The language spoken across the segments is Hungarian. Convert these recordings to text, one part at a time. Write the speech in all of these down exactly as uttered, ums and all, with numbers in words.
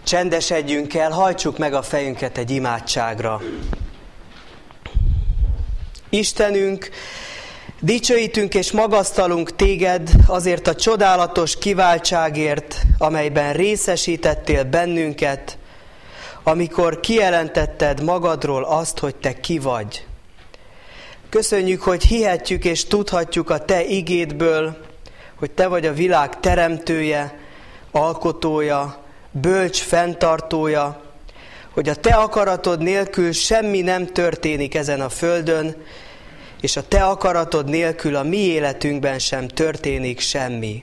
Csendesedjünk el, hajtsuk meg a fejünket egy imádságra. Istenünk, dicsőítünk és magasztalunk Téged azért a csodálatos kiváltságért, amelyben részesítettél bennünket, amikor kijelentetted magadról azt, hogy Te ki vagy. Köszönjük, hogy hihetjük és tudhatjuk a Te igédből, hogy Te vagy a világ teremtője, alkotója, bölcs fenntartója, hogy a Te akaratod nélkül semmi nem történik ezen a földön, és a Te akaratod nélkül a mi életünkben sem történik semmi.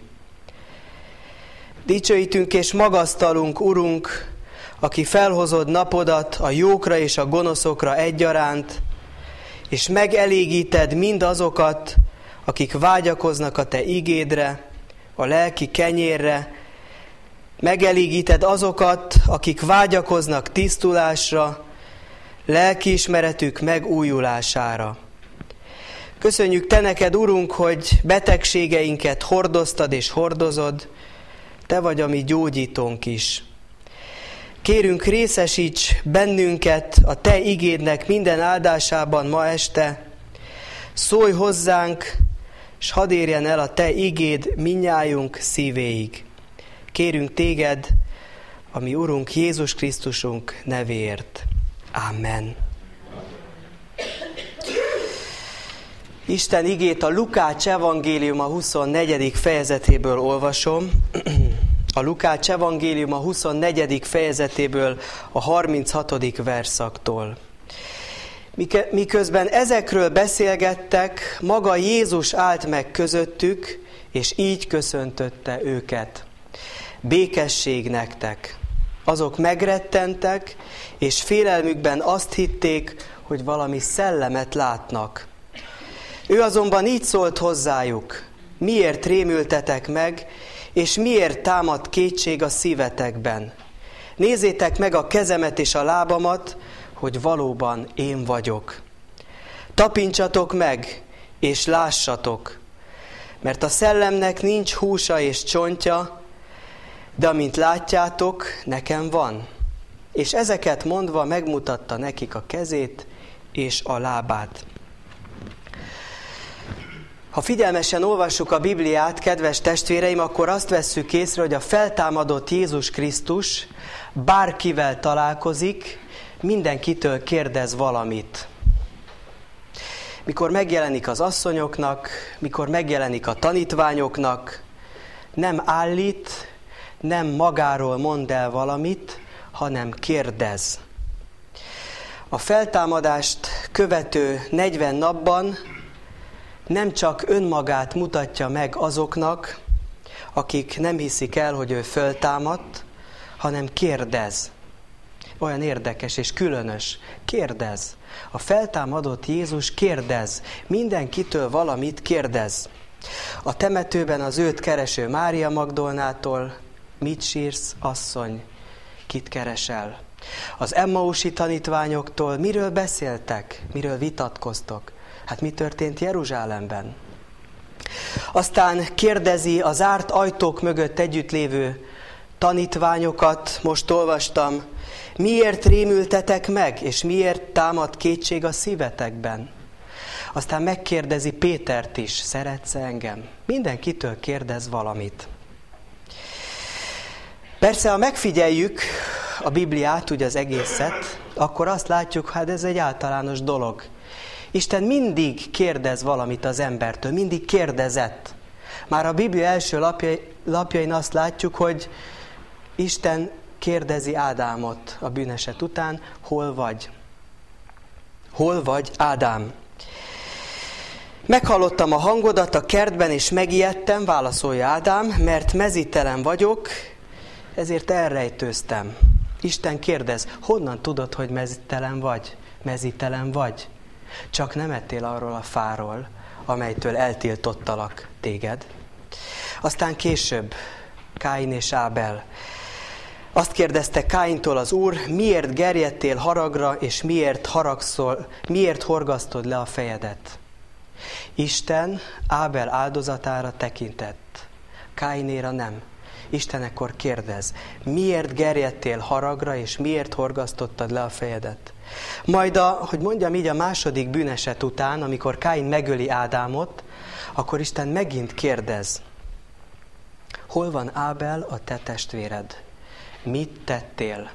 Dicsőítünk és magasztalunk, Urunk, aki felhozod napodat a jókra és a gonoszokra egyaránt, és megelégíted mindazokat, akik vágyakoznak a Te igédre, a lelki kenyérre, megelégíted azokat, akik vágyakoznak tisztulásra, lelkiismeretük megújulására. Köszönjük Te neked, Urunk, hogy betegségeinket hordoztad és hordozod, Te vagy a mi gyógyítónk is. Kérünk, részesíts bennünket a Te igédnek minden áldásában ma este. Szólj hozzánk, s hadd érjen el a Te igéd mindnyájunk szívéig. Kérünk Téged, a mi Urunk Jézus Krisztusunk nevéért. Amen. Isten igét a Lukács evangéliuma huszonnegyedik fejezetéből olvasom. A Lukács evangéliuma huszonnegyedik fejezetéből a harminchatodik verszaktól. Miközben ezekről beszélgettek, maga Jézus állt meg közöttük, és így köszöntötte őket. Békesség nektek! Azok megrettentek, és félelmükben azt hitték, hogy valami szellemet látnak. Ő azonban így szólt hozzájuk: miért rémültetek meg, és miért támad kétség a szívetekben? Nézzétek meg a kezemet és a lábamat, hogy valóban én vagyok. Tapincsatok meg, és lássatok, mert a szellemnek nincs húsa és csontja, de amint látjátok, nekem van. És ezeket mondva megmutatta nekik a kezét és a lábát. Ha figyelmesen olvassuk a Bibliát, kedves testvéreim, akkor azt vesszük észre, hogy a feltámadott Jézus Krisztus bárkivel találkozik, mindenkitől kérdez valamit. Mikor megjelenik az asszonyoknak, mikor megjelenik a tanítványoknak, nem állít, nem magáról mond el valamit, hanem kérdez. A feltámadást követő negyven napban nem csak önmagát mutatja meg azoknak, akik nem hiszik el, hogy ő föltámadt, hanem kérdez. Olyan érdekes és különös. Kérdez. A feltámadott Jézus kérdez. Mindenkitől valamit kérdez. A temetőben az őt kereső Mária Magdolnától: mit sírsz, asszony? Kit keresel? Az Emmausi tanítványoktól: miről beszéltek? Miről vitatkoztok? Hát mi történt Jeruzsálemben? Aztán kérdezi a zárt ajtók mögött együttlévő tanítványokat, most olvastam: miért rémültetek meg, és miért támad kétség a szívetekben? Aztán megkérdezi Pétert is: szeretsz engem? Mindenkitől kérdez valamit. Persze, ha megfigyeljük a Bibliát, úgy az egészet, akkor azt látjuk, hát ez egy általános dolog. Isten mindig kérdez valamit az embertől, mindig kérdezett. Már a Biblia első lapjai, lapjain azt látjuk, hogy Isten kérdezi Ádámot a bűneset után: hol vagy? Hol vagy, Ádám? Meghallottam a hangodat a kertben, és megijedtem, válaszolja Ádám, mert mezítelen vagyok, ezért elrejtőztem. Isten kérdez: honnan tudod, hogy mezítelen vagy? Mezítelen vagy? Csak nem ettél arról a fáról, amelytől eltiltottalak téged. Aztán később Káin és Ábel. Azt kérdezte Káintól az Úr: miért gerjedtél haragra, és miért haragszol, miért horgasztod le a fejedet? Isten Ábel áldozatára tekintett, Káinéra nem. Isten ekkor kérdez, miért gerjedtél haragra, és miért horgasztottad le a fejedet? Majd, a, hogy mondjam így, a második bűneset után, amikor Káin megöli Ádámot, akkor Isten megint kérdez, hol van Ábel, a te testvéred? Mit tettél?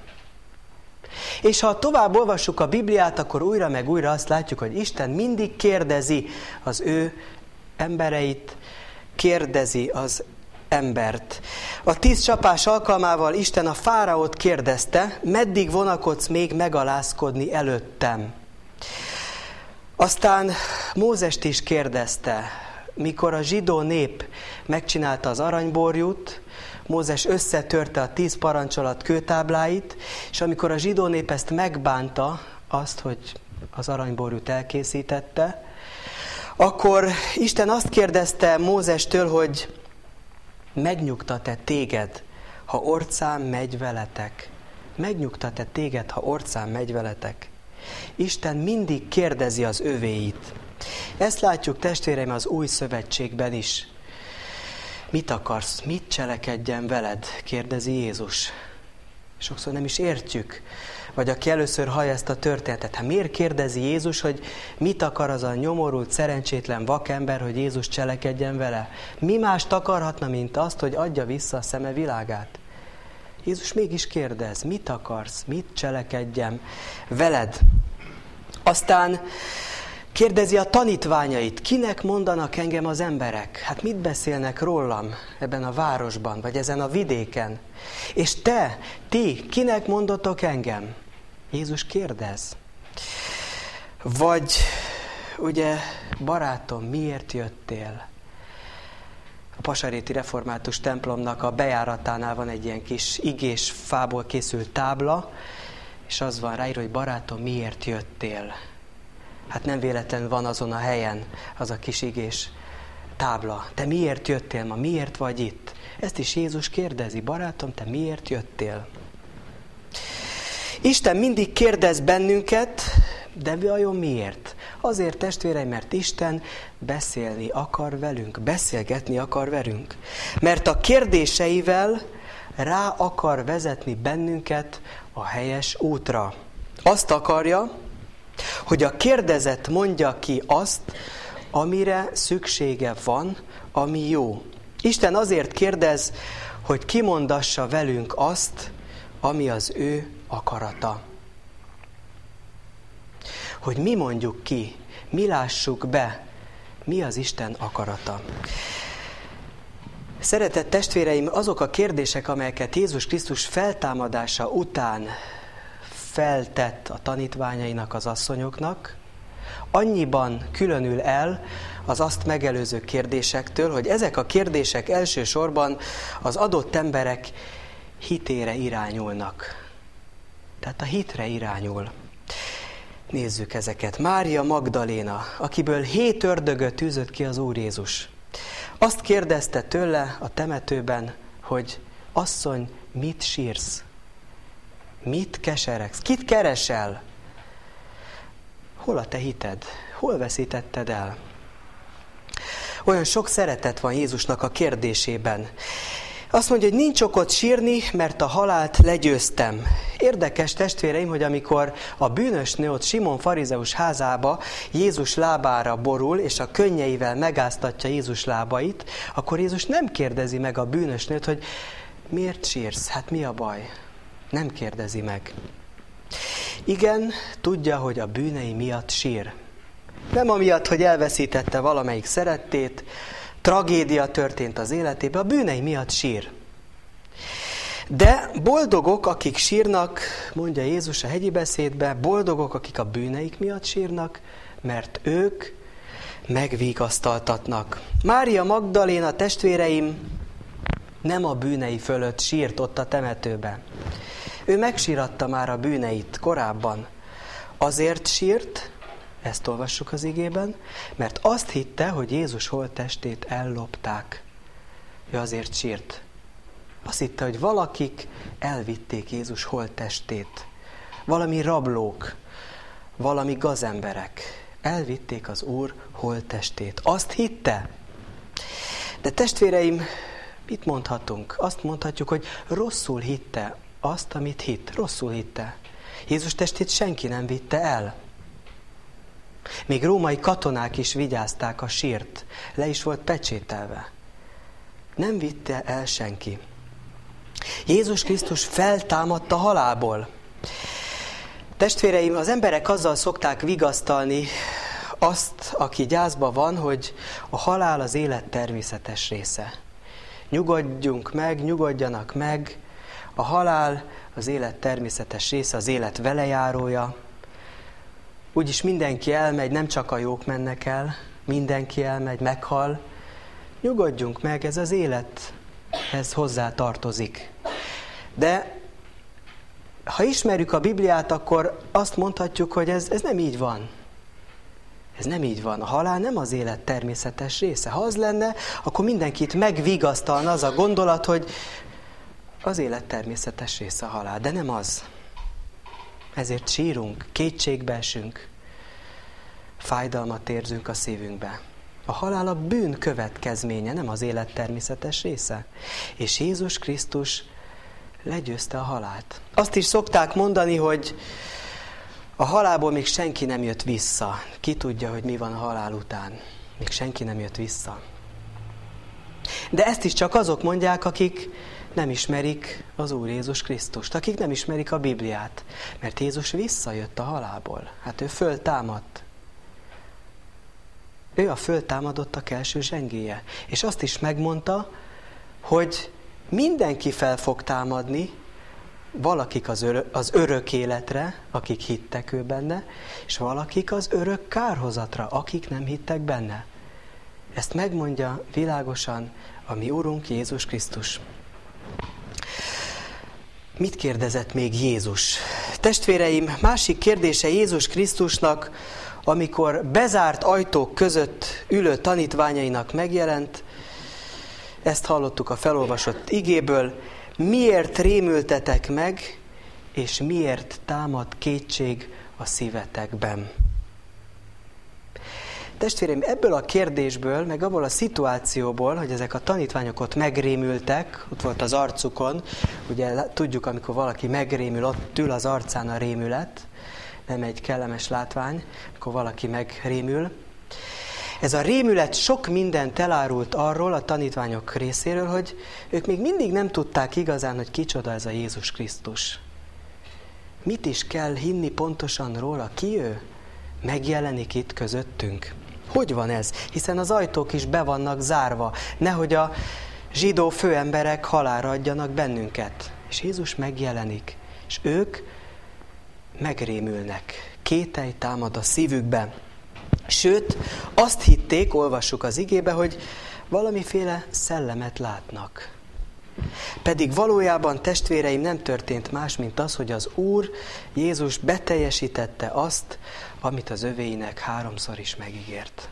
És ha tovább olvassuk a Bibliát, akkor újra meg újra azt látjuk, hogy Isten mindig kérdezi az ő embereit, kérdezi az embert. A tíz csapás alkalmával Isten a fáraót kérdezte, meddig vonakodsz még megalázkodni előttem? Aztán Mózest is kérdezte, mikor a zsidó nép megcsinálta az aranyborjút, Mózes összetörte a tíz parancsolat kőtábláit, és amikor a zsidó nép ezt megbánta, azt, hogy az aranyborjút elkészítette, akkor Isten azt kérdezte Mózestől, hogy megnyugtat-e téged, ha orcám megy veletek? Megnyugtat-e téged, ha orcám megy veletek? Isten mindig kérdezi az övéit. Ezt látjuk, testvéreim, az új szövetségben is. Mit akarsz? Mit cselekedjen veled? Kérdezi Jézus. Sokszor nem is értjük. Vagy aki először hallja ezt a történetet, hát miért kérdezi Jézus, hogy mit akar az a nyomorult, szerencsétlen vakember, hogy Jézus cselekedjen vele? Mi mást akarhatna, mint azt, hogy adja vissza a szeme világát? Jézus mégis kérdez, mit akarsz? Mit cselekedjem veled? Aztán kérdezi a tanítványait, kinek mondanak engem az emberek? Hát mit beszélnek rólam ebben a városban, vagy ezen a vidéken? És te, ti, kinek mondotok engem? Jézus kérdez. Vagy, ugye, barátom, miért jöttél? A Pasaréti Református templomnak a bejáratánál van egy ilyen kis igés fából készült tábla, és az van ráírva, hogy barátom, miért jöttél? Hát nem véletlenül van azon a helyen az a kis igés tábla. Te miért jöttél ma? Miért vagy itt? Ezt is Jézus kérdezi. Barátom, te miért jöttél? Isten mindig kérdez bennünket, de vajon miért? Azért, testvéreim, mert Isten beszélni akar velünk, beszélgetni akar velünk. Mert a kérdéseivel rá akar vezetni bennünket a helyes útra. Azt akarja, hogy a kérdezett mondja ki azt, amire szüksége van, ami jó. Isten azért kérdez, hogy kimondassa velünk azt, ami az ő akarata. Hogy mi mondjuk ki, mi lássuk be, mi az Isten akarata. Szeretett testvéreim, azok a kérdések, amelyeket Jézus Krisztus feltámadása után feltett a tanítványainak, az asszonyoknak, annyiban különül el az azt megelőző kérdésektől, hogy ezek a kérdések elsősorban az adott emberek hitére irányulnak. Tehát a hitre irányul. Nézzük ezeket. Mária Magdaléna, akiből hét ördögöt űzött ki az Úr Jézus. Azt kérdezte tőle a temetőben, hogy asszony, mit sírsz? Mit keseregsz? Kit keresel? Hol a te hited? Hol veszítetted el? Olyan sok szeretet van Jézusnak a kérdésében. Azt mondja, hogy nincs okot sírni, mert a halált legyőztem. Érdekes, testvéreim, hogy amikor a bűnös nő ott Simon farizeus házába Jézus lábára borul, és a könnyeivel megáztatja Jézus lábait, akkor Jézus nem kérdezi meg a bűnös nőt, hogy miért sírsz? Hát mi a baj? Nem kérdezi meg. Igen, tudja, hogy a bűnei miatt sír. Nem amiatt, hogy elveszítette valamelyik szerettét, tragédia történt az életében, a bűnei miatt sír. De boldogok, akik sírnak, mondja Jézus a hegyi beszédbe, boldogok, akik a bűneik miatt sírnak, mert ők megvigasztaltatnak. Mária Magdaléna, testvéreim, nem a bűnei fölött sírt ott a temetőben. Ő megsíratta már a bűneit korábban. Azért sírt, ezt olvassuk az igében, mert azt hitte, hogy Jézus holttestét ellopták. Ő azért sírt. Azt hitte, hogy valakik elvitték Jézus holttestét. Valami rablók, valami gazemberek elvitték az Úr holttestét. Azt hitte. De testvéreim, Mit mondhatunk? Azt mondhatjuk, hogy rosszul hitte azt, amit hitt. Rosszul hitte. Jézus testét senki nem vitte el. Még római katonák is vigyázták a sírt. Le is volt pecsételve. Nem vitte el senki. Jézus Krisztus feltámadt a halálból. Testvéreim, az emberek azzal szokták vigasztalni azt, aki gyászban van, hogy a halál az élet természetes része. Nyugodjunk meg, nyugodjanak meg, a halál az élet természetes része, az élet velejárója. Úgyis mindenki elmegy, nem csak a jók mennek el, mindenki elmegy, meghal. Nyugodjunk meg, ez az élet, ez hozzá tartozik. De ha ismerjük a Bibliát, akkor azt mondhatjuk, hogy ez, ez nem így van. Ez nem így van. A halál nem az élet természetes része. Ha az lenne, akkor mindenkit megvigasztalna az a gondolat, hogy az élet természetes része a halál. De nem az. Ezért sírunk, kétségbe esünk, fájdalmat érzünk a szívünkbe. A halál a bűn következménye, nem az élet természetes része. És Jézus Krisztus legyőzte a halált. Azt is szokták mondani, hogy a halálból még senki nem jött vissza. Ki tudja, hogy mi van a halál után. Még senki nem jött vissza. De ezt is csak azok mondják, akik nem ismerik az Úr Jézus Krisztust, akik nem ismerik a Bibliát. Mert Jézus visszajött a halálból. Hát ő föltámadt. Ő a föltámadottak első zsengéje. És azt is megmondta, hogy mindenki fel fog támadni, valakik az, örö- az örök életre, akik hittek ő benne, és valakik az örök kárhozatra, akik nem hittek benne. Ezt megmondja világosan a mi Urunk Jézus Krisztus. Mit kérdezett még Jézus? Testvéreim, másik kérdése Jézus Krisztusnak, amikor bezárt ajtók között ülő tanítványainak megjelent, ezt hallottuk a felolvasott igéből, miért rémültetek meg, és miért támad kétség a szívetekben? Testvéreim, ebből a kérdésből, meg abból a szituációból, hogy ezek a tanítványok ott megrémültek, ott volt az arcukon, ugye tudjuk, amikor valaki megrémül, ott ül az arcán a rémület, nem egy kellemes látvány, amikor valaki megrémül. Ez a rémület sok mindent elárult arról a tanítványok részéről, hogy ők még mindig nem tudták igazán, hogy kicsoda ez a Jézus Krisztus. Mit is kell hinni pontosan róla, ki ő? Megjelenik itt közöttünk. Hogy van ez? Hiszen az ajtók is be vannak zárva, nehogy a zsidó főemberek halálra adjanak bennünket. És Jézus megjelenik, és ők megrémülnek. Kételj támad a szívükben. Sőt, azt hitték, olvassuk az igébe, hogy valamiféle szellemet látnak. Pedig valójában, testvéreim, nem történt más, mint az, hogy az Úr Jézus beteljesítette azt, amit az övéinek háromszor is megígért.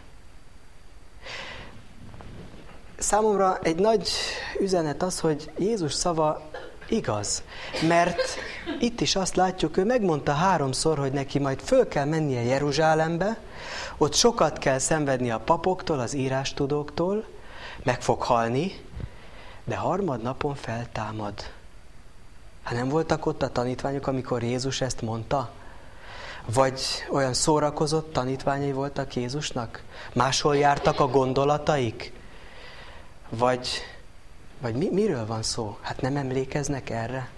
Számomra egy nagy üzenet az, hogy Jézus szava igaz, mert itt is azt látjuk, ő megmondta háromszor, hogy neki majd föl kell mennie Jeruzsálembe, ott sokat kell szenvedni a papoktól, az írástudóktól, meg fog halni, de harmadnapon feltámad. Hát nem voltak ott a tanítványok, amikor Jézus ezt mondta? Vagy olyan szórakozott tanítványai voltak Jézusnak? Máshol jártak a gondolataik? Vagy, vagy mi, miről van szó? Hát nem emlékeznek erre?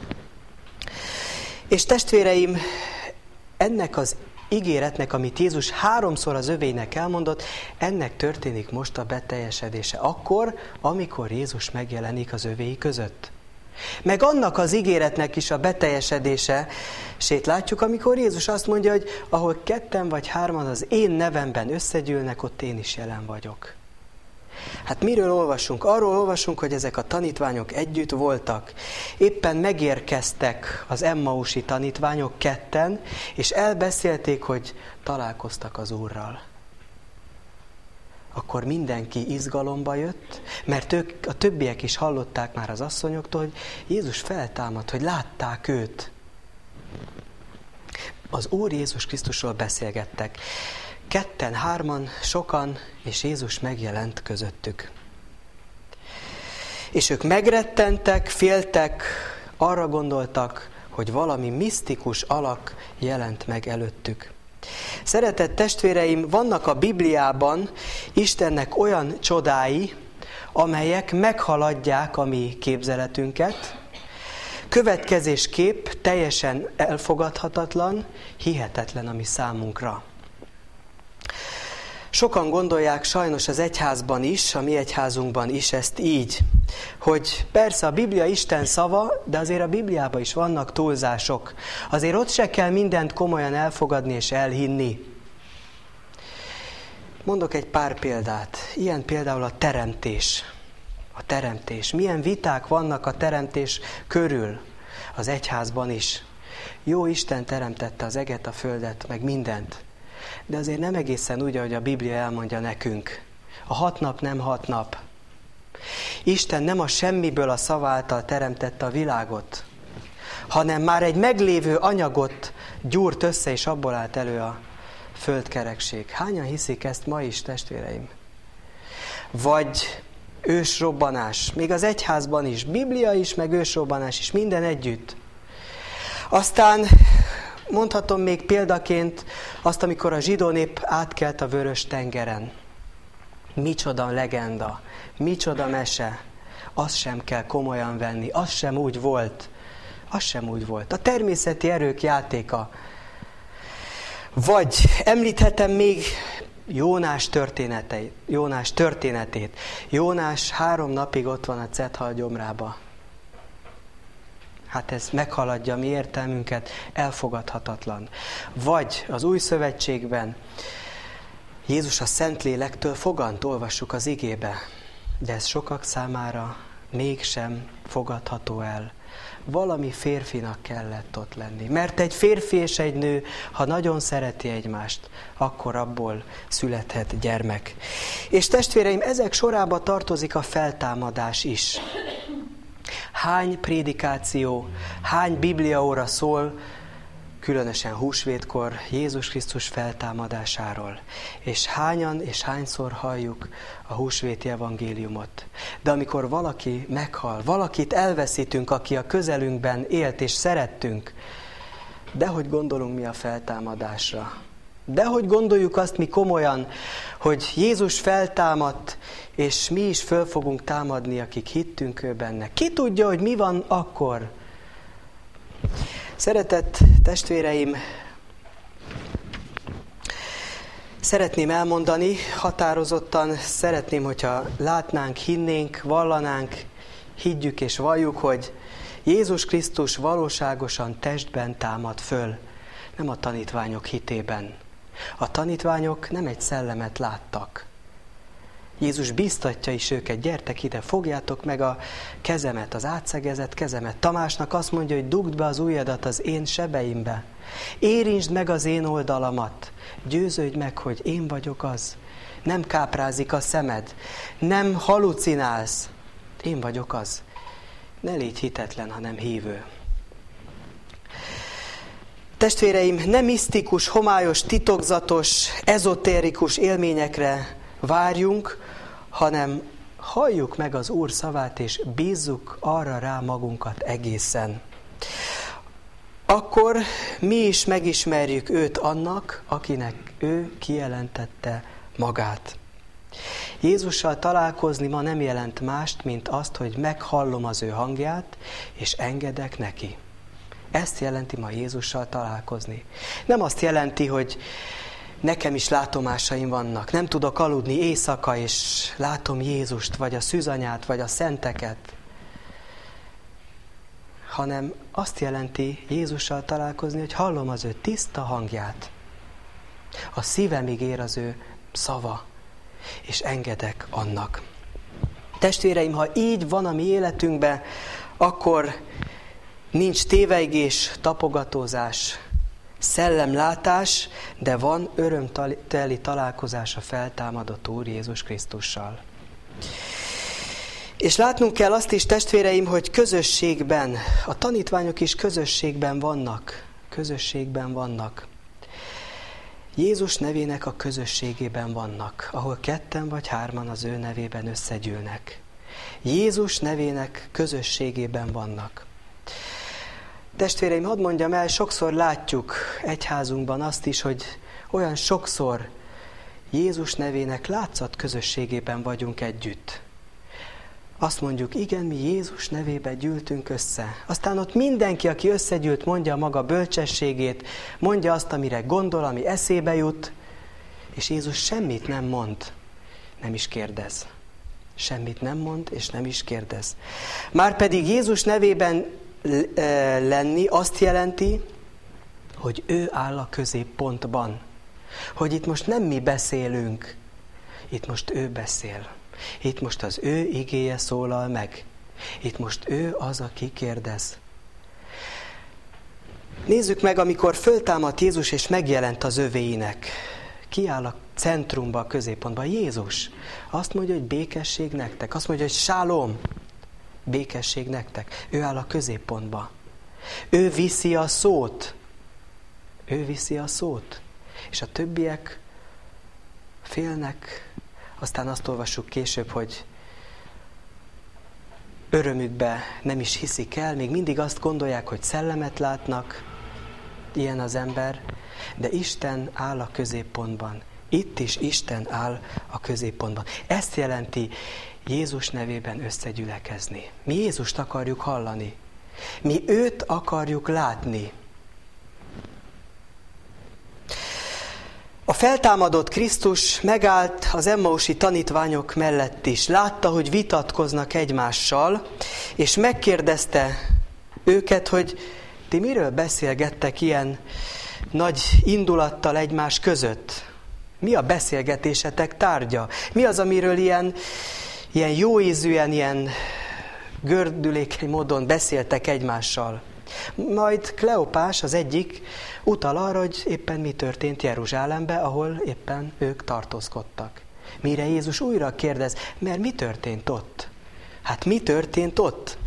És testvéreim, ennek az ígéretnek, amit Jézus háromszor az övéinek elmondott, ennek történik most a beteljesedése. Akkor, amikor Jézus megjelenik az övéi között. Meg annak az ígéretnek is a beteljesedése, sét látjuk, amikor Jézus azt mondja, hogy ahol ketten vagy hárman az én nevemben összegyűlnek, ott én is jelen vagyok. Hát miről olvasunk? Arról olvasunk, hogy ezek a tanítványok együtt voltak. Éppen megérkeztek az Emmausi tanítványok ketten, és elbeszélték, hogy találkoztak az Úrral. Akkor mindenki izgalomba jött, mert ők, a többiek is hallották már az asszonyoktól, hogy Jézus feltámad, hogy látták őt. Az Úr Jézus Krisztusról beszélgettek. Ketten, hárman, sokan, és Jézus megjelent közöttük. És ők megrettentek, féltek, arra gondoltak, hogy valami misztikus alak jelent meg előttük. Szeretett testvéreim, vannak a Bibliában Istennek olyan csodái, amelyek meghaladják a mi képzeletünket. Következésképp teljesen elfogadhatatlan, hihetetlen a mi számunkra. Sokan gondolják sajnos az egyházban is, a mi egyházunkban is ezt így, hogy persze a Biblia Isten szava, de azért a Bibliában is vannak túlzások. Azért ott se kell mindent komolyan elfogadni és elhinni. Mondok egy pár példát. Ilyen például a teremtés. A teremtés. Milyen viták vannak a teremtés körül az egyházban is. Jó Isten teremtette az eget, a földet, meg mindent. De azért nem egészen úgy, ahogy a Biblia elmondja nekünk. A hat nap nem hat nap. Isten nem a semmiből a szava által teremtette a világot, hanem már egy meglévő anyagot gyúrt össze, és abból állt elő a földkerekség. Hányan hiszik ezt ma is, testvéreim? Vagy ősrobbanás, még az egyházban is, Biblia is, meg ősrobbanás is, minden együtt. Aztán mondhatom még példaként azt, amikor a zsidó nép átkelt a Vörös-tengeren. Micsoda legenda, micsoda mese. Azt sem kell komolyan venni, az sem úgy volt. Az sem úgy volt. A természeti erők játéka. Vagy említhetem még Jónás történeteit. Jónás történetét. Jónás három napig ott van a Cethal gyomrába. Hát ez meghaladja a mi értelmünket, elfogadhatatlan. Vagy az Új Szövetségben Jézus a Szentlélektől fogant, olvassuk az igébe, de ez sokak számára mégsem fogadható el. Valami férfinak kellett ott lenni. Mert egy férfi és egy nő, ha nagyon szereti egymást, akkor abból születhet gyermek. És testvéreim, ezek sorába tartozik a feltámadás is. Hány prédikáció, hány bibliaóra szól, különösen húsvétkor Jézus Krisztus feltámadásáról. És hányan és hányszor halljuk a húsvéti evangéliumot. De amikor valaki meghal, valakit elveszítünk, aki a közelünkben élt és szerettünk, dehogy gondolunk mi a feltámadásra. Dehogy gondoljuk azt mi komolyan, hogy Jézus feltámadt, és mi is föl fogunk támadni, akik hittünk ő benne. Ki tudja, hogy mi van akkor? Szeretett testvéreim, szeretném elmondani, határozottan szeretném, hogyha látnánk, hinnénk, vallanánk, higgyük és valljuk, hogy Jézus Krisztus valóságosan testben támad föl, nem a tanítványok hitében. A tanítványok nem egy szellemet láttak. Jézus biztatja is őket, gyertek ide, fogjátok meg a kezemet, az átszegezett kezemet. Tamásnak azt mondja, hogy dugd be az ujjadat az én sebeimbe. Érintsd meg az én oldalamat. Győződj meg, hogy én vagyok az. Nem káprázik a szemed. Nem halucinálsz. Én vagyok az. Ne légy hitetlen, hanem hívő. Testvéreim, nem misztikus, homályos, titokzatos, ezotérikus élményekre várjunk, hanem halljuk meg az Úr szavát, és bízzuk arra rá magunkat egészen. Akkor mi is megismerjük őt annak, akinek ő kijelentette magát. Jézussal találkozni ma nem jelent mást, mint azt, hogy meghallom az ő hangját, és engedek neki. Ezt jelenti ma Jézussal találkozni. Nem azt jelenti, hogy nekem is látomásaim vannak. Nem tudok aludni éjszaka, és látom Jézust, vagy a szűzanyát, vagy a szenteket. Hanem azt jelenti Jézussal találkozni, hogy hallom az ő tiszta hangját. A szívemig ér az ő szava, és engedek annak. Testvéreim, ha így van a mi életünkben, akkor nincs tévejgés, tapogatózás, szellemlátás, de van örömteli találkozás a feltámadott Úr Jézus Krisztussal. És látnunk kell azt is, testvéreim, hogy közösségben, a tanítványok is közösségben vannak. Közösségben vannak. Jézus nevének a közösségében vannak, ahol ketten vagy hárman az ő nevében összegyűlnek. Jézus nevének közösségében vannak. Testvéreim, hadd mondjam el, sokszor látjuk egyházunkban azt is, hogy olyan sokszor Jézus nevének látszat közösségében vagyunk együtt. Azt mondjuk, igen, mi Jézus nevében gyűltünk össze. Aztán ott mindenki, aki összegyűlt, mondja a maga bölcsességét, mondja azt, amire gondol, ami eszébe jut, és Jézus semmit nem mond, nem is kérdez. Semmit nem mond, és nem is kérdez. Márpedig Jézus nevében lenni azt jelenti, hogy ő áll a középpontban. Hogy itt most nem mi beszélünk, itt most ő beszél. Itt most az ő igéje szólal meg. Itt most ő az, aki kérdez. Nézzük meg, amikor föltámadt Jézus és megjelent az övéinek. Ki áll a centrumba, a középpontba? Jézus. Azt mondja, hogy békesség nektek. Azt mondja, hogy sálom. Békesség nektek. Ő áll a középpontba. Ő viszi a szót. Ő viszi a szót. És a többiek félnek. Aztán azt olvassuk később, hogy örömükbe nem is hiszik el, még mindig azt gondolják, hogy szellemet látnak, ilyen az ember, de Isten áll a középpontban. Itt is Isten áll a középpontban. Ezt jelenti Jézus nevében összegyülekezni. Mi Jézust akarjuk hallani. Mi őt akarjuk látni. A feltámadott Krisztus megállt az emmausi tanítványok mellett is. Látta, hogy vitatkoznak egymással, és megkérdezte őket, hogy ti miről beszélgettek ilyen nagy indulattal egymás között? Mi a beszélgetésetek tárgya? Mi az, amiről ilyen, ilyen jóízűen, ilyen gördülékeny módon beszéltek egymással? Majd Kleopás, az egyik, utal arra, hogy éppen mi történt Jeruzsálembe, ahol éppen ők tartózkodtak. Mire Jézus újra kérdez, mert mi történt ott? Hát mi történt ott?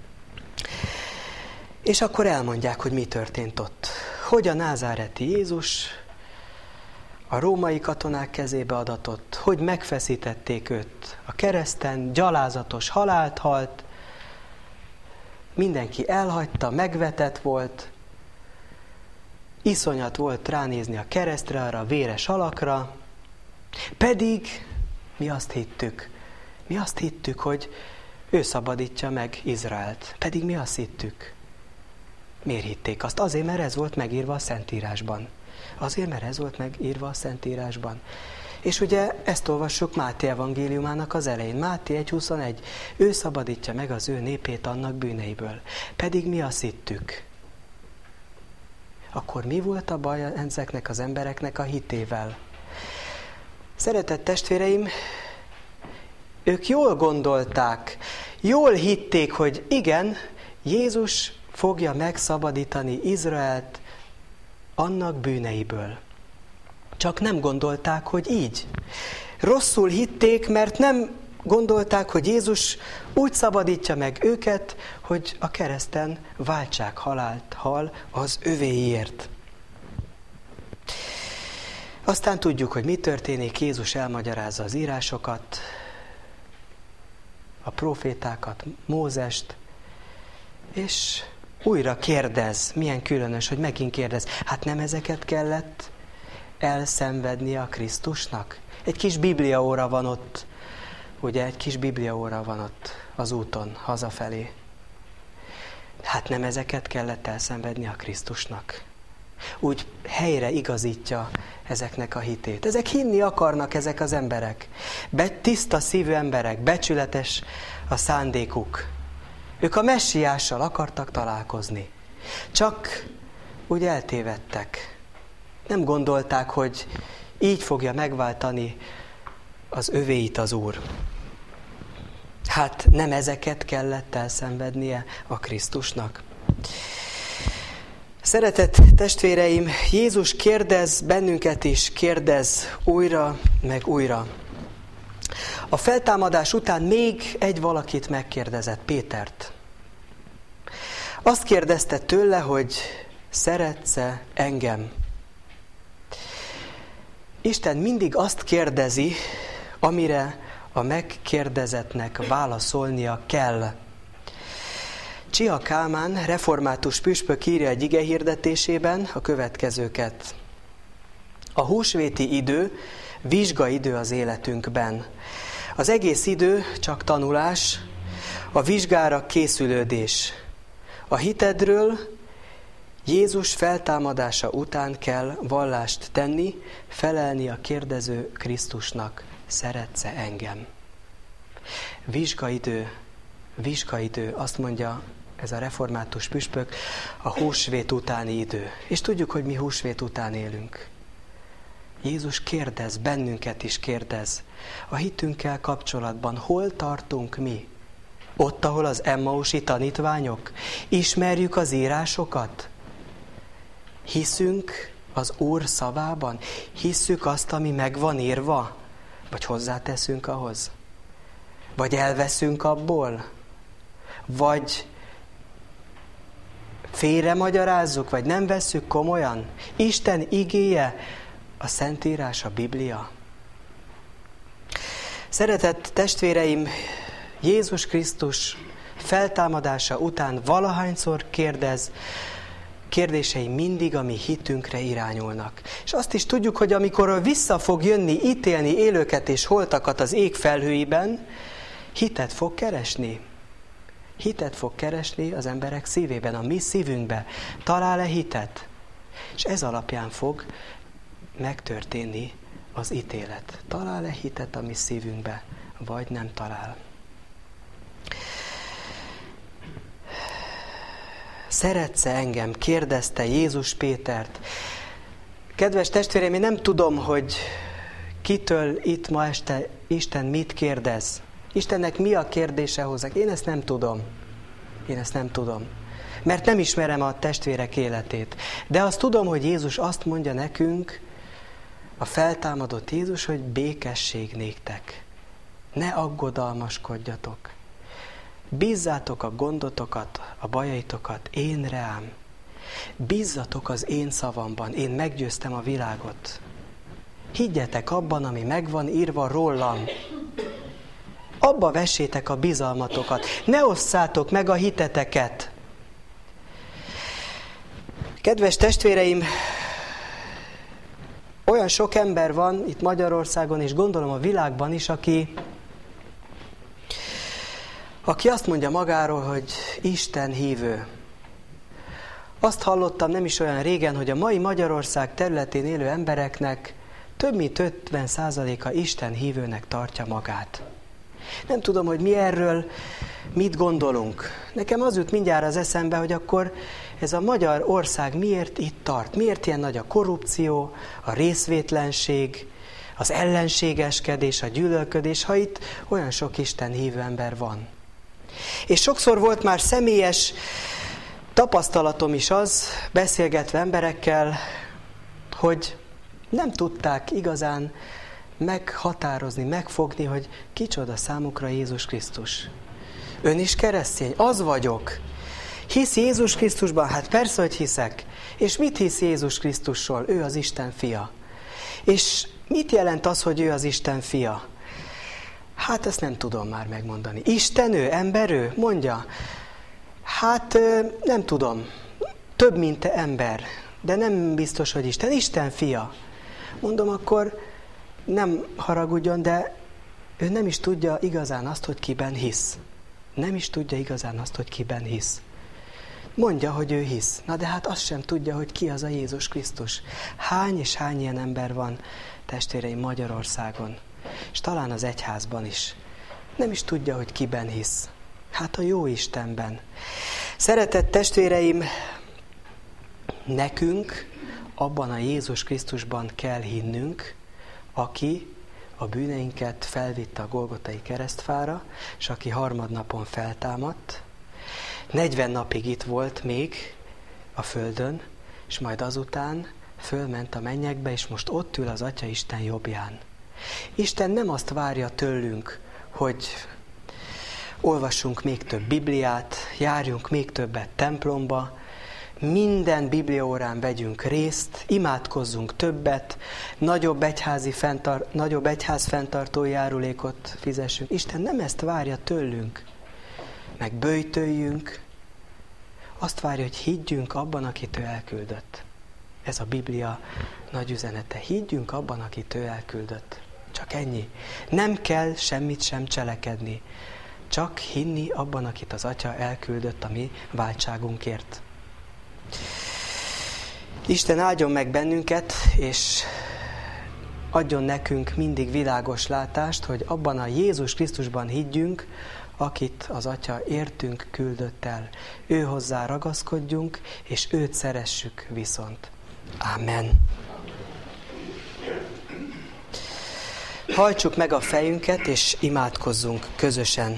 És akkor elmondják, hogy mi történt ott. Hogy a názáreti Jézus a római katonák kezébe adatott, hogy megfeszítették őt a kereszten, gyalázatos halált halt, mindenki elhagyta, megvetett volt, iszonyat volt ránézni a keresztre, arra a véres alakra, pedig mi azt hittük, mi azt hittük, hogy ő szabadítja meg Izraelt. Pedig mi azt hittük. Miért hitték azt? Azért, mert ez volt megírva a Szentírásban. Azért, mert ez volt megírva a Szentírásban. És ugye ezt olvassuk Máté evangéliumának az elején. Máté egy huszonegy. Ő szabadítja meg az ő népét annak bűneiből. Pedig mi azt hittük. Akkor mi volt a baj ezeknek az embereknek a hitével? Szeretett testvéreim, ők jól gondolták, jól hitték, hogy igen, Jézus fogja megszabadítani Izraelt annak bűneiből. Csak nem gondolták, hogy így. Rosszul hitték, mert nem gondolták, hogy Jézus úgy szabadítja meg őket, hogy a kereszten váltság halált hal az övéiért. Aztán tudjuk, hogy mi történik. Jézus elmagyarázza az írásokat, a profétákat, Mózest, és újra kérdez. Milyen különös, hogy megint kérdez. Hát nem ezeket kellett elszenvednie a Krisztusnak? Egy kis bibliaóra van ott, ugye egy kis bibliaóra van ott az úton, hazafelé. Hát nem ezeket kellett elszenvedni a Krisztusnak? Úgy helyre igazítja ezeknek a hitét. Ezek hinni akarnak, ezek az emberek. Be, tiszta szívű emberek, becsületes a szándékuk. Ők a messiással akartak találkozni. Csak úgy eltévedtek. Nem gondolták, hogy így fogja megváltani az övéit az Úr. Hát nem ezeket kellett elszenvednie a Krisztusnak. Szeretett testvéreim, Jézus kérdez bennünket is, kérdez újra, meg újra. A feltámadás után még egy valakit megkérdezett, Pétert. Azt kérdezte tőle, hogy szeretsz-e engem? Isten mindig azt kérdezi, amire a megkérdezettnek válaszolnia kell. Csia Kálmán, református püspök írja egy igehirdetésében a következőket. A húsvéti idő vizsgaidő az életünkben. Az egész idő csak tanulás, a vizsgára készülődés. A hitedről Jézus feltámadása után kell vallást tenni, felelni a kérdező Krisztusnak. Szeretsz-e engem? Vizsgaidő, vizsgaidő, azt mondja ez a református püspök, a húsvét utáni idő. És tudjuk, hogy mi húsvét után élünk. Jézus kérdez, bennünket is kérdez. A hitünkkel kapcsolatban hol tartunk mi? Ott, ahol az emmausi tanítványok? Ismerjük az írásokat? Hiszünk az Úr szavában? Hisszük azt, ami meg van írva? Vagy hozzáteszünk ahhoz? Vagy elveszünk abból? Vagy félre magyarázzuk, vagy nem vesszük komolyan? Isten igéje, a Szentírás, a Biblia. Szeretett testvéreim, Jézus Krisztus feltámadása után valahányszor kérdez, kérdései mindig a mi hitünkre irányulnak. És azt is tudjuk, hogy amikor vissza fog jönni, ítélni élőket és holtakat az ég felhőiben, hitet fog keresni. Hitet fog keresni az emberek szívében, a mi szívünkbe. Talál-e hitet? És ez alapján fog megtörténni az ítélet. Talál-e hitet a mi szívünkbe, vagy nem talál? Szeretsz-e engem? Kérdezte Jézus Pétert. Kedves testvéreim, én nem tudom, hogy kitől itt ma este Isten mit kérdez. Istennek mi a kérdése hozzá? Én ezt nem tudom. Én ezt nem tudom. Mert nem ismerem a testvérek életét. De azt tudom, hogy Jézus azt mondja nekünk, a feltámadott Jézus, hogy békesség néktek. Ne aggodalmaskodjatok. Bízzátok a gondotokat, a bajaitokat én rám. Bízzatok az én szavamban, én meggyőztem a világot. Higgyetek abban, ami megvan írva rólam. Abba vessétek a bizalmatokat. Ne osszátok meg a hiteteket. Kedves testvéreim, olyan sok ember van itt Magyarországon, és gondolom a világban is, aki, aki azt mondja magáról, hogy Isten hívő. Azt hallottam nem is olyan régen, hogy a mai Magyarország területén élő embereknek több mint ötven százaléka Isten hívőnek tartja magát. Nem tudom, hogy mi erről mit gondolunk. Nekem az jut mindjárt az eszembe, hogy akkor ez a magyar ország miért itt tart? Miért ilyen nagy a korrupció, a részvétlenség, az ellenségeskedés, a gyűlölködés, ha itt olyan sok Isten hívő ember van? És sokszor volt már személyes tapasztalatom is az, beszélgetve emberekkel, hogy nem tudták igazán meghatározni, megfogni, hogy kicsoda számukra Jézus Krisztus. Ön is keresztény? Az vagyok. Hisz Jézus Krisztusban? Hát persze, hogy hiszek. És mit hisz Jézus Krisztusról? Ő az Isten fia. És mit jelent az, hogy ő az Isten fia? Hát ezt nem tudom már megmondani. Isten ő? Ember ő? Mondja. Hát nem tudom. Több, mint te ember. De nem biztos, hogy Isten. Isten fia. Mondom, akkor nem haragudjon, de ő nem is tudja igazán azt, hogy kiben hisz. Nem is tudja igazán azt, hogy kiben hisz. Mondja, hogy ő hisz. Na de hát azt sem tudja, hogy ki az a Jézus Krisztus. Hány és hány ilyen ember van, testvéreim, Magyarországon. És talán az egyházban is. Nem is tudja, hogy kiben hisz. Hát a jó Istenben. Szeretett testvéreim, nekünk abban a Jézus Krisztusban kell hinnünk, aki a bűneinket felvitte a Golgotai keresztfára, és aki harmadnapon feltámadt, negyven napig itt volt még a földön, és majd azután fölment a mennyekbe, és most ott ül az Atya Isten jobbján. Isten nem azt várja tőlünk, hogy olvassunk még több Bibliát, járjunk még többet templomba, minden bibliaórán vegyünk részt, imádkozzunk többet, nagyobb, egyházi fenntar- nagyobb egyház fenntartó járulékot fizessünk. Isten nem ezt várja tőlünk, meg böjtöljünk, azt várja, hogy higgyünk abban, akit ő elküldött. Ez a Biblia nagy üzenete. Higgyünk abban, akit ő elküldött. Csak ennyi. Nem kell semmit sem cselekedni. Csak hinni abban, akit az Atya elküldött a mi váltságunkért. Isten áldjon meg bennünket, és adjon nekünk mindig világos látást, hogy abban a Jézus Krisztusban higgyünk, akit az Atya értünk küldött el. Ő hozzá ragaszkodjunk, és őt szeressük viszont. Amen. Hajtsuk meg a fejünket, és imádkozzunk közösen.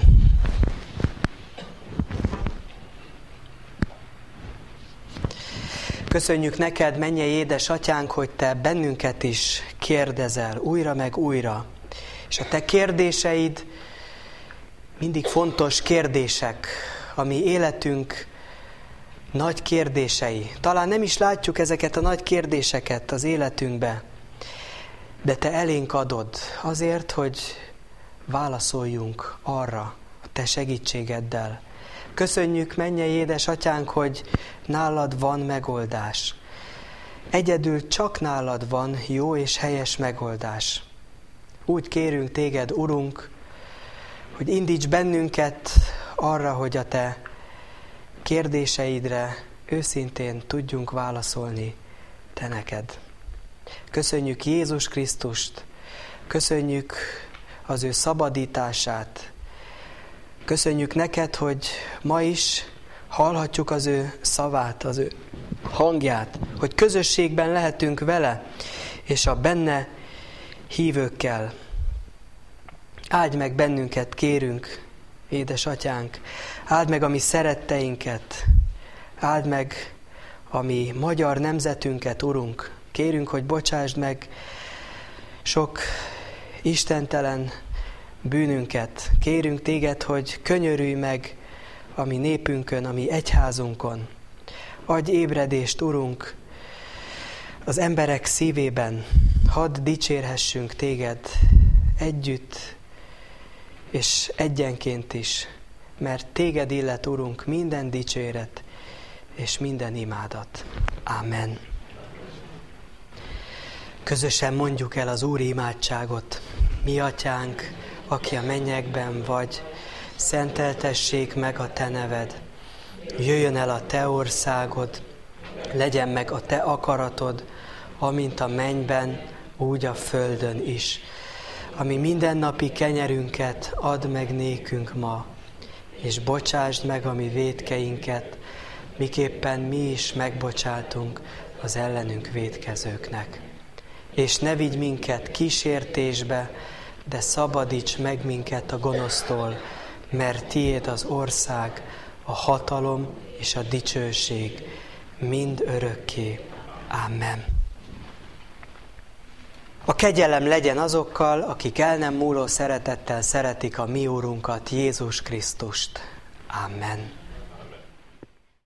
Köszönjük neked, mennyei édesatyánk, hogy te bennünket is kérdezel újra meg újra. És a te kérdéseid mindig fontos kérdések, a mi életünk nagy kérdései. Talán nem is látjuk ezeket a nagy kérdéseket az életünkbe, de te elénk adod azért, hogy válaszoljunk arra a te segítségeddel. Köszönjük, mennyei édesatyánk, hogy nálad van megoldás. Egyedül csak nálad van jó és helyes megoldás. Úgy kérünk téged, Urunk, hogy indíts bennünket arra, hogy a te kérdéseidre őszintén tudjunk válaszolni te neked. Köszönjük Jézus Krisztust, köszönjük az ő szabadítását, köszönjük neked, hogy ma is hallhatjuk az ő szavát, az ő hangját, hogy közösségben lehetünk vele, és a benne hívőkkel. Áldj meg bennünket, kérünk, édesatyánk, áld meg a mi szeretteinket, áld meg a mi magyar nemzetünket, Urunk. Kérünk, hogy bocsásd meg sok istentelen bűnünket. Kérünk téged, hogy könyörülj meg a mi népünkön, a mi egyházunkon. Adj ébredést, Urunk, az emberek szívében. Hadd dicsérhessünk téged együtt, és egyenként is, mert téged illet, Urunk, minden dicséret és minden imádat. Amen. Közösen mondjuk el az Úri imádságot. Mi atyánk, aki a mennyekben vagy, szenteltessék meg a te neved. Jöjjön el a te országod, legyen meg a te akaratod, amint a mennyben, úgy a földön is. Ami mindennapi kenyerünket add meg nékünk ma, és bocsásd meg a mi vétkeinket, miképpen mi is megbocsátunk az ellenünk vétkezőknek. És ne vigy minket kísértésbe, de szabadíts meg minket a gonosztól, mert tiéd az ország, a hatalom és a dicsőség mind örökké. Amen. A kegyelem legyen azokkal, akik el nem múló szeretettel szeretik a mi Úrunkat, Jézus Krisztust. Amen.